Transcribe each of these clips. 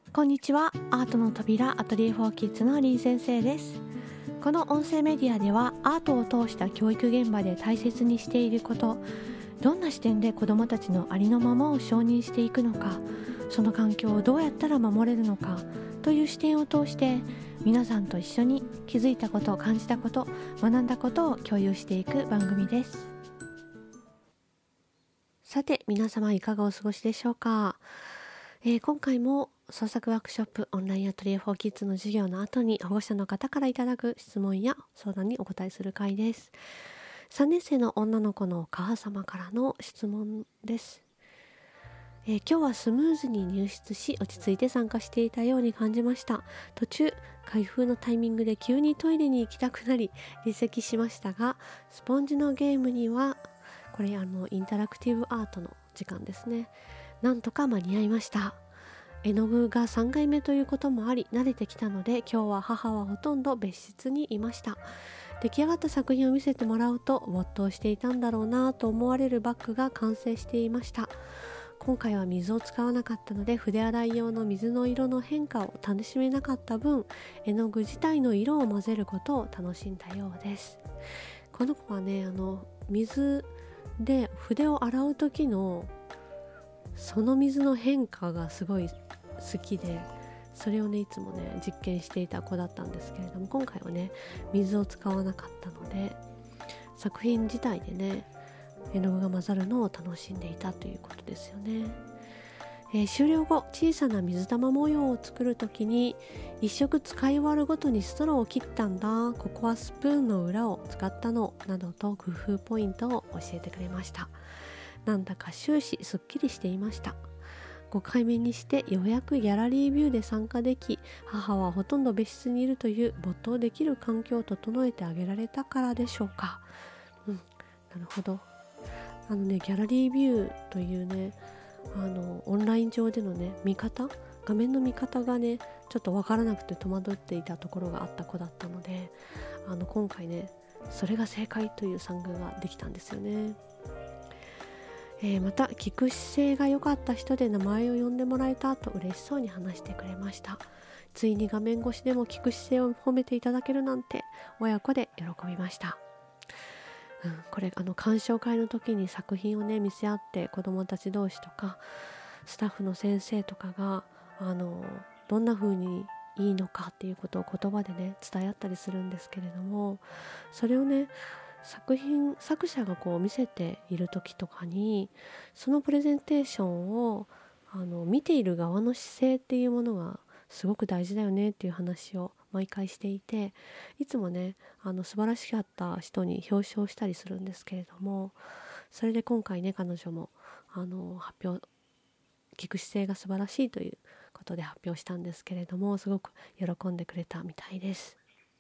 こんにちは。アートの扉アトリエ4キッズのリン先生です。この音声メディアではアートを通した教育現場で大切にしていること、どんな視点で子どもたちのありのままを承認していくのか、その環境をどうやったら守れるのかという視点を通して皆さんと一緒に気づいたこと、感じたこと、学んだことを共有していく番組です。さて皆様いかがお過ごしでしょうか。今回も創作ワークショップオンラインアトリエ4キッズの授業の後に保護者の方からいただく質問や相談にお答えする回です。3年生の女の子のお母様からの質問です。今日はスムーズに入室し落ち着いて参加していたように感じました。途中開封のタイミングで急にトイレに行きたくなり離席しましたが、スポンジのゲームにはこれインタラクティブアートの時間ですね、なんとか間に合いました。絵の具が3回目ということもあり慣れてきたので、今日は母はほとんど別室にいました。出来上がった作品を見せてもらうと没頭していたんだろうなと思われるバッグが完成していました。今回は水を使わなかったので筆洗い用の水の色の変化を楽しめなかった分、絵の具自体の色を混ぜることを楽しんだようです。この子はね、水で筆を洗う時のその水の変化がすごい好きで、それをねいつもね実験していた子だったんですけれども、今回はね水を使わなかったので作品自体でね絵の具が混ざるのを楽しんでいたということですよね。終了後小さな水玉模様を作るときに一色使い終わるごとにストローを切ったんだ、ここはスプーンの裏を使ったのなどと工夫ポイントを教えてくれました。なんだか終始すっきりしていました。5回目にしてようやくギャラリービューで参加でき、母はほとんど別室にいるという没頭できる環境を整えてあげられたからでしょうか。なるほど。ギャラリービューというねオンライン上でのね画面の見方がねちょっとわからなくて戸惑っていたところがあった子だったので、今回ねそれが正解という参加ができたんですよね。また聞く姿勢が良かった人で名前を呼んでもらえたと嬉しそうに話してくれました。ついに画面越しでも聞く姿勢を褒めていただけるなんて親子で喜びました。これ鑑賞会の時に作品をね見せ合って子どもたち同士とかスタッフの先生とかがどんな風にいいのかっていうことを言葉でね伝え合ったりするんですけれども、それをね作者がこう見せている時とかにそのプレゼンテーションを見ている側の姿勢っていうものがすごく大事だよねっていう話を毎回していて、いつもね素晴らしかった人に表彰したりするんですけれども、それで今回ね彼女も聞く姿勢が素晴らしいということで発表したんですけれども、すごく喜んでくれたみたいです。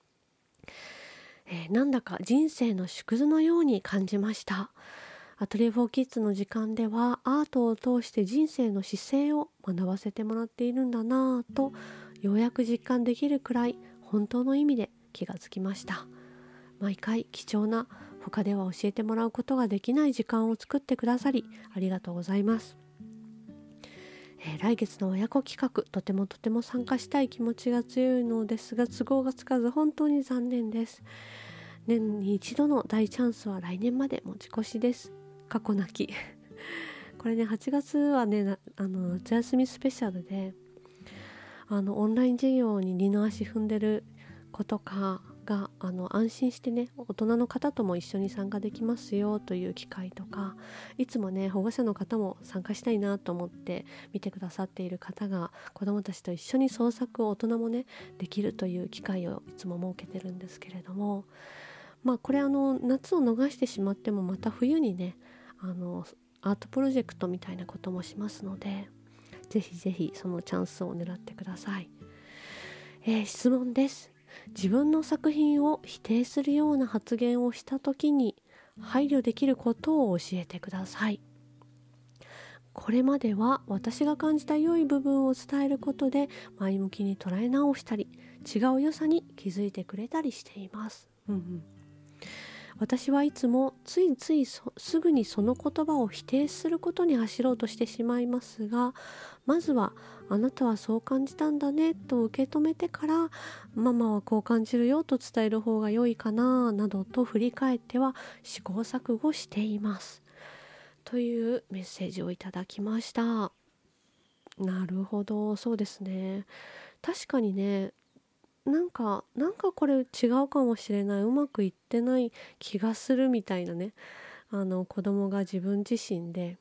なんだか人生の縮図のように感じました。アトリエ4キッズの時間ではアートを通して人生の姿勢を学ばせてもらっているんだなぁとようやく実感できるくらい本当の意味で気がつきました。毎回貴重な他では教えてもらうことができない時間を作ってくださりありがとうございます。来月の親子企画とても参加したい気持ちが強いのですが都合がつかず本当に残念です。年に一度の大チャンスは来年まで持ち越しです。過去なきこれね8月はね夏休みスペシャルでオンライン授業に二の足踏んでる子とかが安心してね大人の方とも一緒に参加できますよという機会とか、いつもね保護者の方も参加したいなと思って見てくださっている方が子どもたちと一緒に創作を大人もねできるという機会をいつも設けてるんですけれども、これ夏を逃してしまってもまた冬にねアートプロジェクトみたいなこともしますので、ぜひぜひそのチャンスを狙ってください。質問です。自分の作品を否定するような発言をしたときに配慮できることを教えてください。これまでは私が感じた良い部分を伝えることで前向きに捉え直したり違う良さに気づいてくれたりしています。 私はいつもついついすぐにその言葉を否定することに走ろうとしてしまいますが、まずはあなたはそう感じたんだねと受け止めてから、ママはこう感じるよと伝える方が良いかななどと振り返っては試行錯誤していますというメッセージをいただきました。なるほど、そうですね。確かにね、なんかこれ違うかもしれない、うまくいってない気がするみたいなね、子供が自分自身で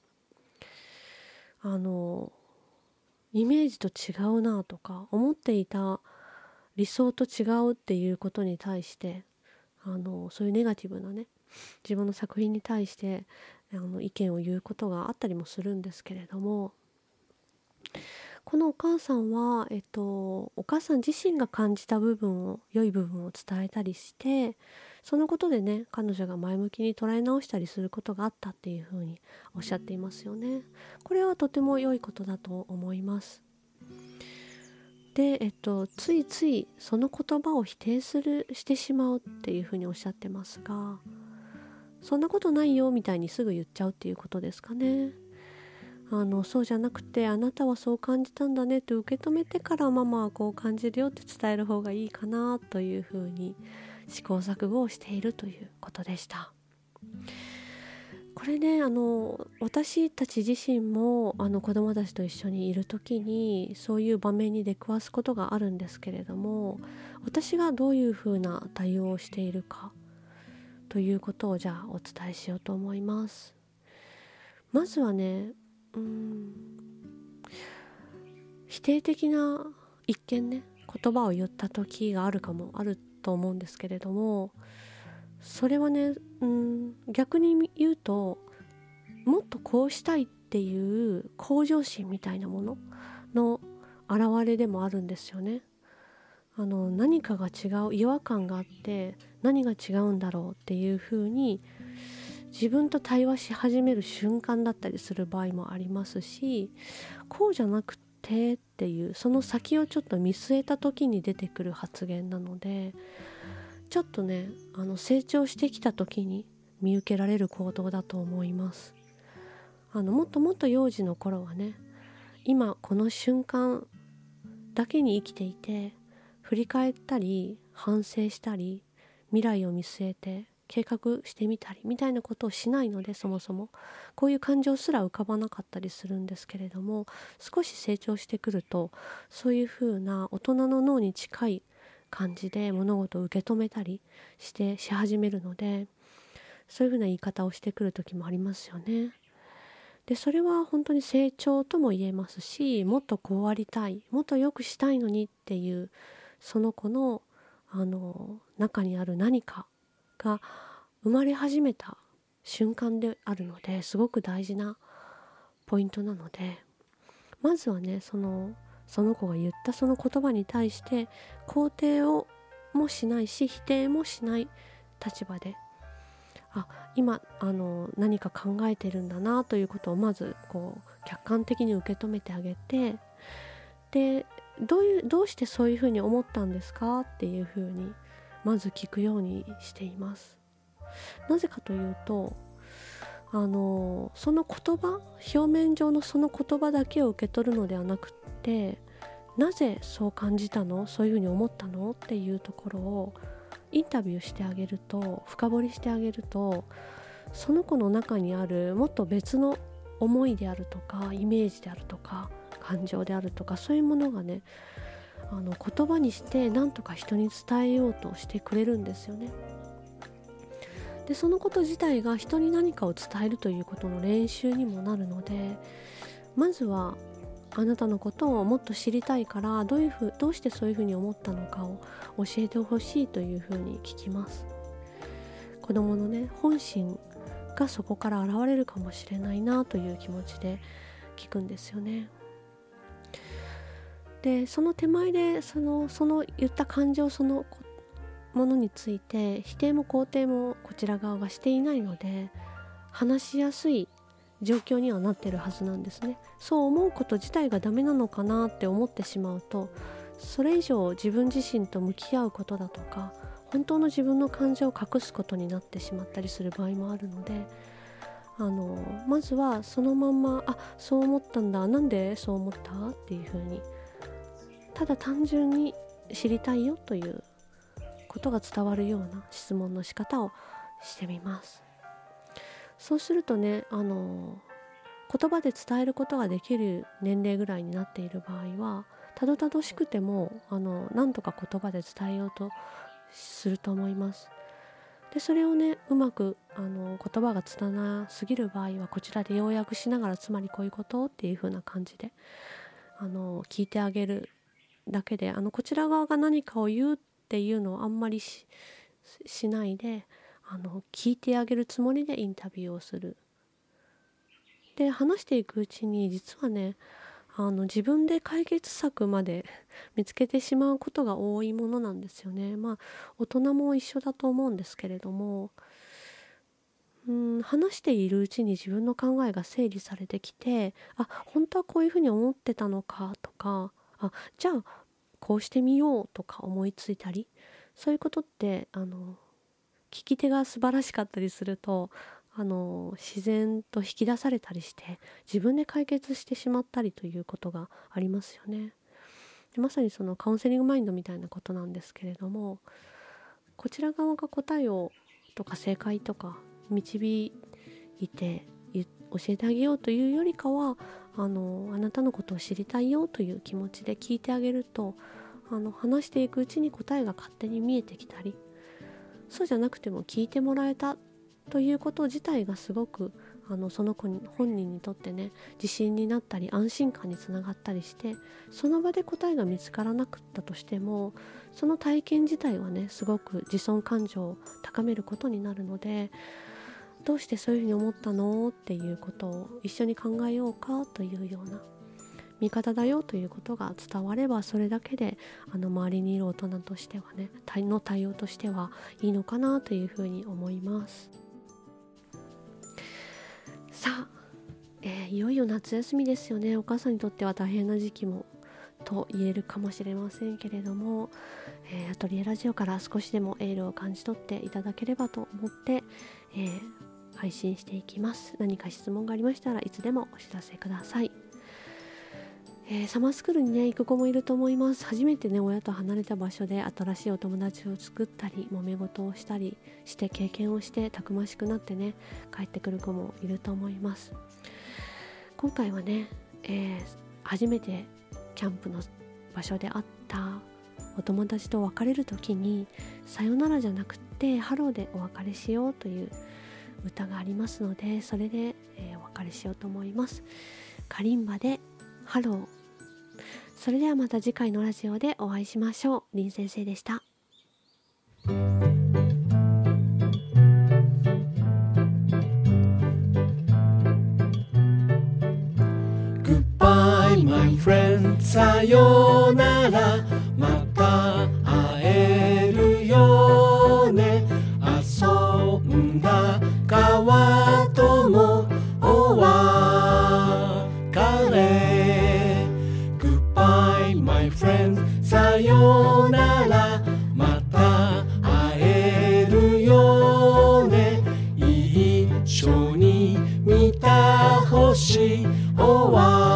イメージと違うなとか、思っていた理想と違うっていうことに対してそういうネガティブなね、自分の作品に対して意見を言うことがあったりもするんですけれども、このお母さんは、お母さん自身が感じた良い部分を伝えたりして、そのことでね、彼女が前向きに捉え直したりすることがあったっていうふうにおっしゃっていますよね。これはとても良いことだと思います。で、ついついその言葉を否定してしまうっていうふうにおっしゃってますが、そんなことないよみたいにすぐ言っちゃうっていうことですかね。そうじゃなくて、あなたはそう感じたんだねと受け止めてから、ママはこう感じるよって伝える方がいいかなというふうに試行錯誤をしているということでした。これね、私たち自身も子供たちと一緒にいる時にそういう場面に出くわすことがあるんですけれども、私がどういうふうな対応をしているかということをじゃあお伝えしようと思います。まずはね、否定的な一見ね言葉を言った時があると思うんですけれども、それはね、逆に言うと、もっとこうしたいっていう向上心みたいなものの表れでもあるんですよね。何かが違う、違和感があって、何が違うんだろうっていうふうに自分と対話し始める瞬間だったりする場合もありますし、こうじゃなくてっていうその先をちょっと見据えた時に出てくる発言なので、ちょっとね成長してきた時に見受けられる行動だと思います。もっともっと幼児の頃はね、今この瞬間だけに生きていて、振り返ったり反省したり未来を見据えて計画してみたりみたいなことをしないので、そもそもこういう感情すら浮かばなかったりするんですけれども、少し成長してくるとそういうふうな大人の脳に近い感じで物事を受け止めたりし始めるので、そういうふうな言い方をしてくる時もありますよね。でそれは本当に成長とも言えますし、もっとこうありたい、もっと良くしたいのにっていうその子の中にある何かが生まれ始めた瞬間であるので、すごく大事なポイントなので、まずはねその子が言ったその言葉に対して肯定をもしないし否定もしない立場で、今何か考えてるんだなということをまずこう客観的に受け止めてあげて、でどうしてそういうふうに思ったんですかっていうふうにまず聞くようにしています。なぜかというと、その言葉、表面上のその言葉だけを受け取るのではなくって、なぜそう感じたの、そういうふうに思ったのっていうところをインタビューしてあげると、深掘りしてあげると、その子の中にあるもっと別の思いであるとかイメージであるとか感情であるとか、そういうものがね言葉にして何とか人に伝えようとしてくれるんですよね。でそのこと自体が人に何かを伝えるということの練習にもなるので、まずはあなたのことをもっと知りたいから、どうしてそういうふうに思ったのかを教えてほしいというふうに聞きます。子供のね本心がそこから現れるかもしれないなという気持ちで聞くんですよね。でその手前でその言った感情そのものについて否定も肯定もこちら側がしていないので、話しやすい状況にはなってるはずなんですね。そう思うこと自体がダメなのかなって思ってしまうと、それ以上自分自身と向き合うことだとか、 本当の自分の感情を隠すことになってしまったりする場合もあるので、まずはそのまんまそう思ったんだ、なんでそう思ったっていう風に、ただ単純に知りたいよということが伝わるような質問の仕方をしてみます。そうするとね、言葉で伝えることができる年齢ぐらいになっている場合は、たどたどしくても何とか言葉で伝えようとすると思います。でそれをね、うまく言葉が拙すぎる場合は、こちらで要約しながら、つまりこういうことっていう風な感じで聞いてあげるだけで、こちら側が何かを言うっていうのをあんまり しないで、聞いてあげるつもりでインタビューをする。で話していくうちに、実はね、自分で解決策まで見つけてしまうことが多いものなんですよね。大人も一緒だと思うんですけれども、話しているうちに自分の考えが整理されてきて、本当はこういうふうに思ってたのかとか、じゃあこうしてみようとか思いついたり、そういうことって聞き手が素晴らしかったりすると、自然と引き出されたりして、自分で解決してしまったりということがありますよね。でまさにそのカウンセリングマインドみたいなことなんですけれども、こちら側が答えをとか正解とか導いて教えてあげようというよりかは、あなたのことを知りたいよという気持ちで聞いてあげると、話していくうちに答えが勝手に見えてきたり、そうじゃなくても聞いてもらえたということ自体がすごくその子本人にとってね、自信になったり安心感につながったりして、その場で答えが見つからなかったとしても、その体験自体はね、すごく自尊感情を高めることになるので、どうしてそういうふうに思ったのっていうことを一緒に考えようかというような、味方だよということが伝われば、それだけで周りにいる大人としてはね、対応としてはいいのかなというふうに思います。さあ、いよいよ夏休みですよね。お母さんにとっては大変な時期もと言えるかもしれませんけれども、アトリエラジオから少しでもエールを感じ取っていただければと思って、配信していきます。何か質問がありましたらいつでもお知らせください。サマースクールにね、行く子もいると思います。初めてね、親と離れた場所で新しいお友達を作ったり、揉め事をしたりして経験をしてたくましくなってね、帰ってくる子もいると思います。今回はね、初めてキャンプの場所で会ったお友達と別れる時に、さよならじゃなくてハローでお別れしようという歌がありますので、それで、お別れしようと思います。カリンバでハロー。それではまた次回のラジオでお会いしましょう。林先生でした。 Goodbye, my friend. さよなら。また会えるよね。遊んだ川ともお別れ。Goodbye, my friend. さよなら。また会えるよね。一緒に見た星お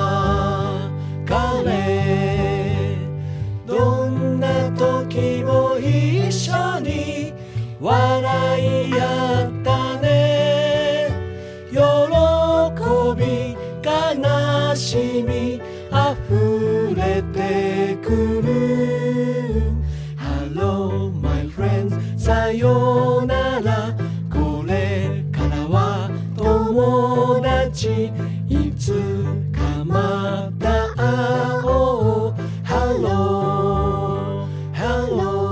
別れ。どんな時も一緒に笑い合ったね。喜び悲しみあふれてくる。 Hello my friends さよなら。これからは友達。いつかまた会おう。 Hello Hello。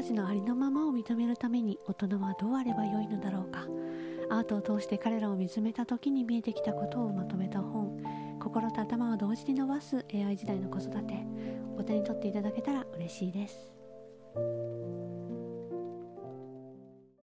たちのありのままを認めるために大人はどうあればよいのだろうか。アートを通して彼らを見つめた時に見えてきたことをまとめた本、心と頭を同時に伸ばす AI 時代の子育て、お手に取っていただけたら嬉しいです。